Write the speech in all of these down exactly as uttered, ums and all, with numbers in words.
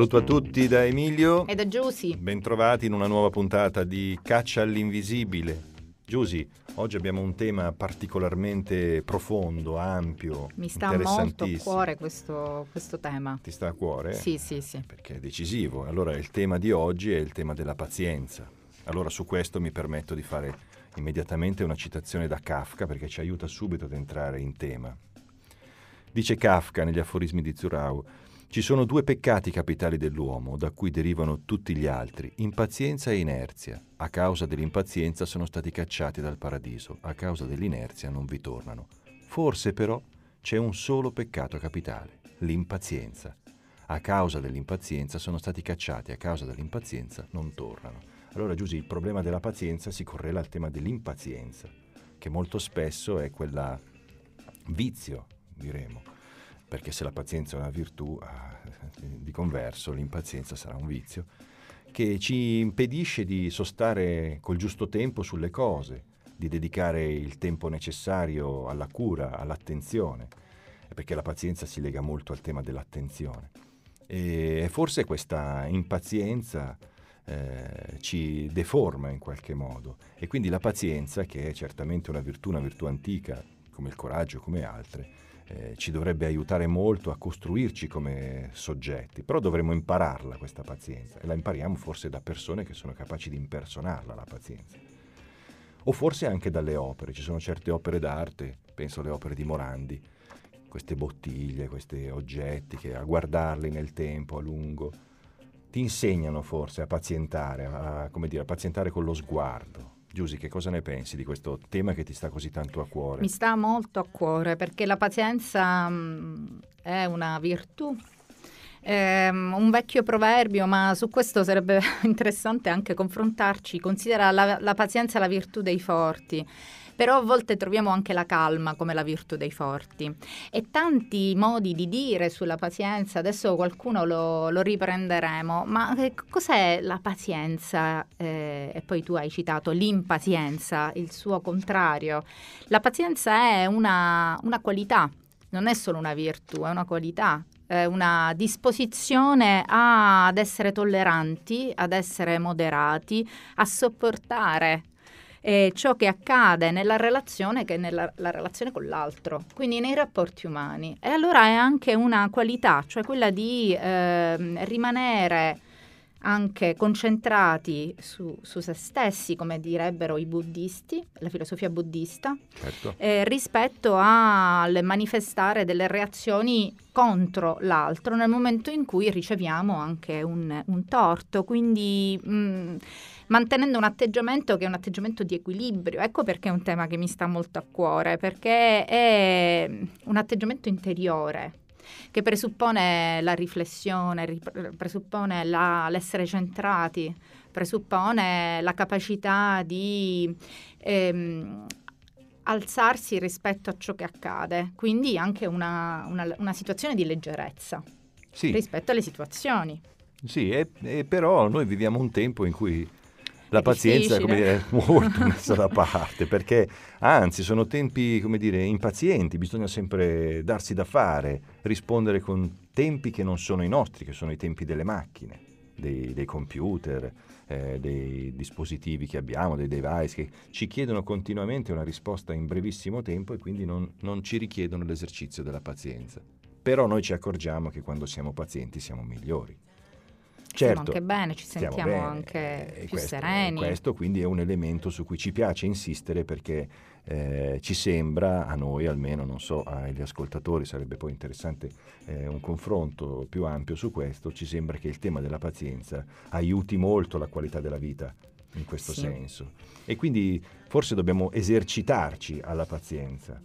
saluto a tutti da Emilio e da Giusy. Bentrovati in una nuova puntata di Caccia all'Invisibile. Giusy, oggi abbiamo un tema particolarmente profondo, ampio, Mi sta molto a cuore questo, questo tema. Ti sta a cuore? Sì, sì, sì. Perché è decisivo. Allora, il tema di oggi è il tema della pazienza. Allora, su questo mi permetto di fare immediatamente una citazione da Kafka, perché ci aiuta subito ad entrare in tema. Dice Kafka negli aforismi di Zurau: ci sono due peccati capitali dell'uomo, da cui derivano tutti gli altri, impazienza e inerzia. A causa dell'impazienza sono stati cacciati dal paradiso, a causa dell'inerzia non vi tornano. Forse però c'è un solo peccato capitale, l'impazienza. A causa dell'impazienza sono stati cacciati, a causa dell'impazienza non tornano. Allora, Giusy, il problema della pazienza si correla al tema dell'impazienza, che molto spesso è quella vizio, diremo. Perché se la pazienza è una virtù, di converso l'impazienza sarà un vizio, che ci impedisce di sostare col giusto tempo sulle cose, di dedicare il tempo necessario alla cura, all'attenzione, perché la pazienza si lega molto al tema dell'attenzione. E forse questa impazienza eh, ci deforma in qualche modo, e quindi la pazienza, che è certamente una virtù, una virtù antica, come il coraggio, come altre, Eh, ci dovrebbe aiutare molto a costruirci come soggetti, però dovremmo impararla questa pazienza, e la impariamo forse da persone che sono capaci di impersonarla, la pazienza, o forse anche dalle opere. Ci sono certe opere d'arte, penso alle opere di Morandi, queste bottiglie, questi oggetti che a guardarli nel tempo a lungo ti insegnano forse a pazientare, a, come dire, a pazientare con lo sguardo. Giusy, che cosa ne pensi di questo tema che ti sta così tanto a cuore? Mi sta molto a cuore, perché la pazienza mh, è una virtù, è un vecchio proverbio, ma su questo sarebbe interessante anche confrontarci. Considera la, la pazienza la virtù dei forti. Però a volte troviamo anche la calma come la virtù dei forti, e tanti modi di dire sulla pazienza, adesso qualcuno lo, lo riprenderemo, ma eh, cos'è la pazienza? Eh, e poi tu hai citato l'impazienza, il suo contrario. La pazienza è una, una qualità, non è solo una virtù, è una qualità. È una disposizione a, ad essere tolleranti, ad essere moderati, a sopportare Eh, ciò che accade nella relazione, che è nella la relazione con l'altro, quindi nei rapporti umani. E allora è anche una qualità, cioè quella di eh, rimanere anche concentrati su, su se stessi, come direbbero i buddisti, la filosofia buddista, certo. eh, rispetto al manifestare delle reazioni contro l'altro nel momento in cui riceviamo anche un, un torto, quindi mh, mantenendo un atteggiamento che è un atteggiamento di equilibrio. Ecco perché è un tema che mi sta molto a cuore, perché è un atteggiamento interiore che presuppone la riflessione, rip- presuppone la, l'essere centrati, presuppone la capacità di ehm, alzarsi rispetto a ciò che accade, quindi anche una, una, una situazione di leggerezza sì. rispetto alle situazioni. Sì, e, e però noi viviamo un tempo in cui la È pazienza, come dire, è molto messa da parte, perché anzi sono tempi, come dire, impazienti, bisogna sempre darsi da fare, rispondere con tempi che non sono i nostri, che sono i tempi delle macchine, dei, dei computer, eh, dei dispositivi che abbiamo, dei device, che ci chiedono continuamente una risposta in brevissimo tempo, e quindi non, non ci richiedono l'esercizio della pazienza. Però noi ci accorgiamo che quando siamo pazienti siamo migliori. Certo, stiamo anche bene, ci sentiamo bene, anche più questo, sereni. Questo quindi è un elemento su cui ci piace insistere, perché eh, ci sembra, a noi almeno, non so, agli ascoltatori sarebbe poi interessante eh, un confronto più ampio su questo, ci sembra che il tema della pazienza aiuti molto la qualità della vita in questo sì. senso, e quindi forse dobbiamo esercitarci alla pazienza.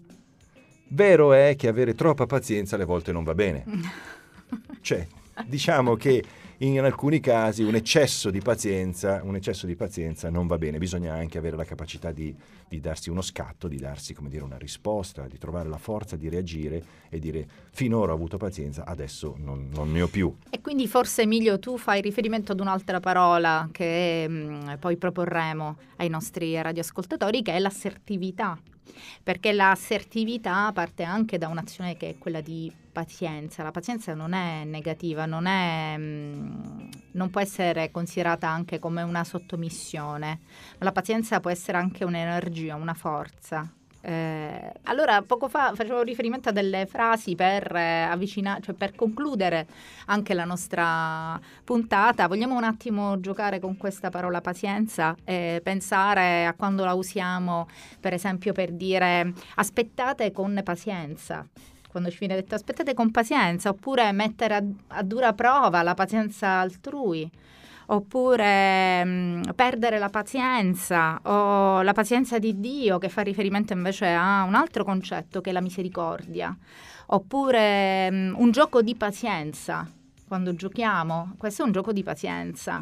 Vero è che avere troppa pazienza alle volte non va bene. Cioè, diciamo che in alcuni casi un eccesso di pazienza, un eccesso di pazienza non va bene. Bisogna anche avere la capacità di, di darsi uno scatto, di darsi, come dire, una risposta, di trovare la forza di reagire e dire: finora ho avuto pazienza, adesso non, non ne ho più. E quindi forse, Emilio, tu fai riferimento ad un'altra parola che mh, poi proporremo ai nostri radioascoltatori, che è l'assertività. perché l'assertività parte anche da un'azione che è quella di pazienza. La pazienza non è negativa, non è, mh, non può essere considerata anche come una sottomissione. La pazienza può essere anche un'energia, una forza. Eh, allora, poco fa facevo riferimento a delle frasi per eh, avvicinare, cioè per concludere anche la nostra puntata. Vogliamo un attimo giocare con questa parola pazienza e pensare a quando la usiamo, per esempio, per dire aspettate con pazienza. Quando ci viene detto aspettate con pazienza, oppure mettere a, a dura prova la pazienza altrui, oppure mh, perdere la pazienza, o la pazienza di Dio, che fa riferimento invece a un altro concetto che è la misericordia, oppure mh, un gioco di pazienza. Quando giochiamo, questo è un gioco di pazienza.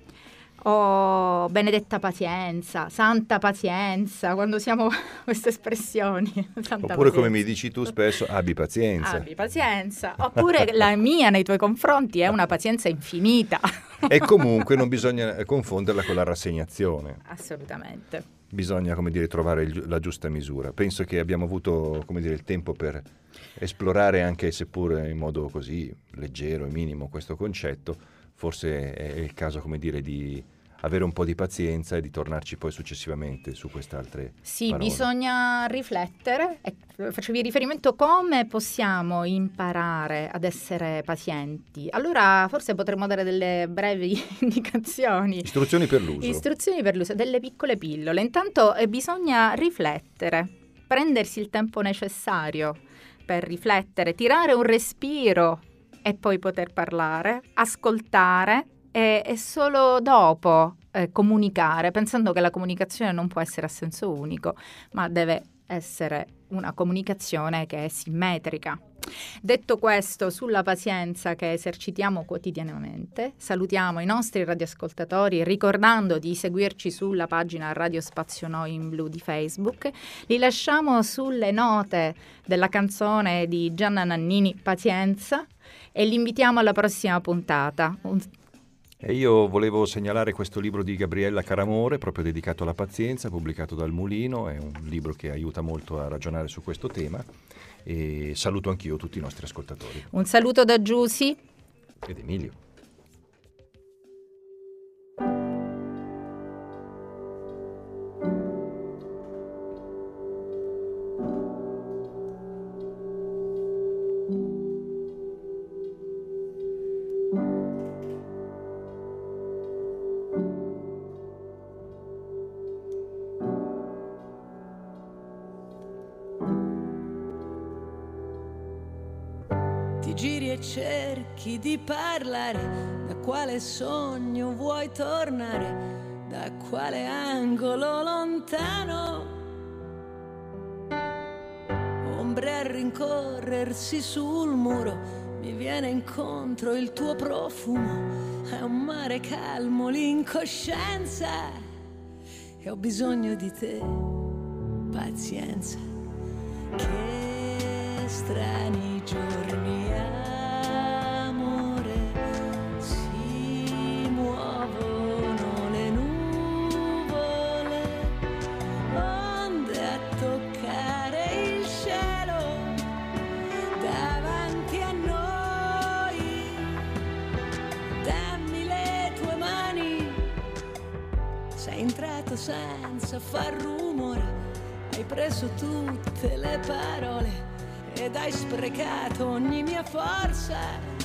O benedetta pazienza, santa pazienza, quando usiamo queste espressioni. Santa Oppure pazienza. come mi dici tu spesso, abbi pazienza. Abbi pazienza. Oppure la mia nei tuoi confronti è una pazienza infinita. E comunque non bisogna confonderla con la rassegnazione. Assolutamente. Bisogna, come dire, trovare il, la giusta misura. Penso che abbiamo avuto, come dire, il tempo per esplorare, anche seppur in modo così leggero e minimo, questo concetto. Forse è il caso, come dire, di avere un po' di pazienza e di tornarci poi successivamente su queste altre Sì, parole. bisogna riflettere. E facevi riferimento a come possiamo imparare ad essere pazienti. Allora forse potremmo dare delle brevi indicazioni. Istruzioni per l'uso. Istruzioni per l'uso, delle piccole pillole. Intanto eh, bisogna riflettere, prendersi il tempo necessario per riflettere, tirare un respiro e poi poter parlare, ascoltare e, e solo dopo eh, comunicare, pensando che la comunicazione non può essere a senso unico, ma deve essere una comunicazione che è simmetrica. Detto questo, sulla pazienza che esercitiamo quotidianamente, salutiamo i nostri radioascoltatori ricordando di seguirci sulla pagina Radio Spazio Noi in Blu di Facebook. Li lasciamo sulle note della canzone di Gianna Nannini, Pazienza, e li invitiamo alla prossima puntata. Un... E io volevo segnalare questo libro di Gabriella Caramore, proprio dedicato alla pazienza, pubblicato dal Mulino. È un libro che aiuta molto a ragionare su questo tema. E saluto anch'io tutti i nostri ascoltatori. Un saluto da Giusy ed Emilio. Giri e cerchi di parlare, da quale sogno vuoi tornare, da quale angolo lontano, ombre a rincorrersi sul muro, mi viene incontro il tuo profumo, è un mare calmo l'incoscienza, e ho bisogno di te, pazienza, che strani giorni amore, si muovono le nuvole, onde a toccare il cielo davanti a noi, dammi le tue mani, sei entrato senza far rumore, hai preso tutte le parole ed hai sprecato ogni mia forza,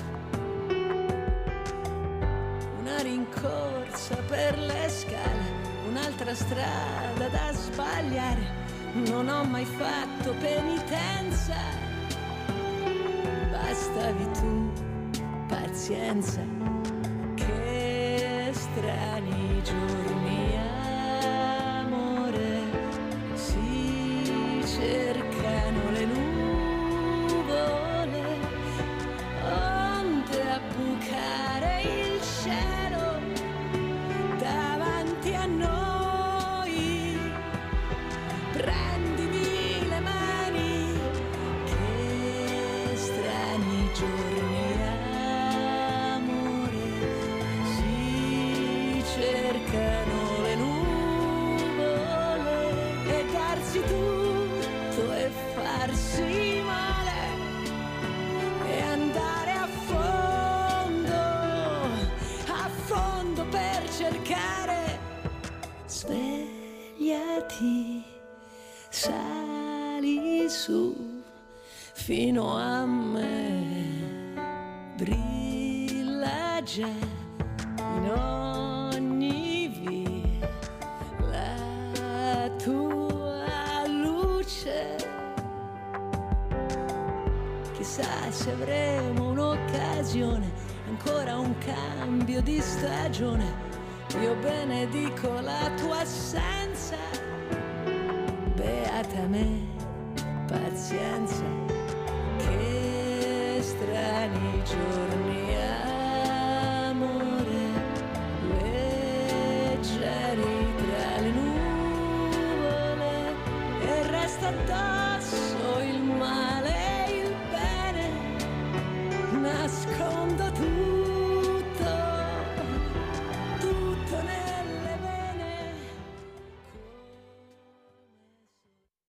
una rincorsa per le scale, un'altra strada da sbagliare, non ho mai fatto penitenza, bastavi tu, pazienza, che strani giorni amore, si cercano le luci, onde a bucare il cielo davanti a noi, prendimi le mani, che strani giorni amore. piedi, sali su fino a me, brilla già in ogni via la tua luce. Chissà se avremo un'occasione, ancora un cambio di stagione. Io benedico la tua assenza, beata me, pazienza, che strani giorni hai.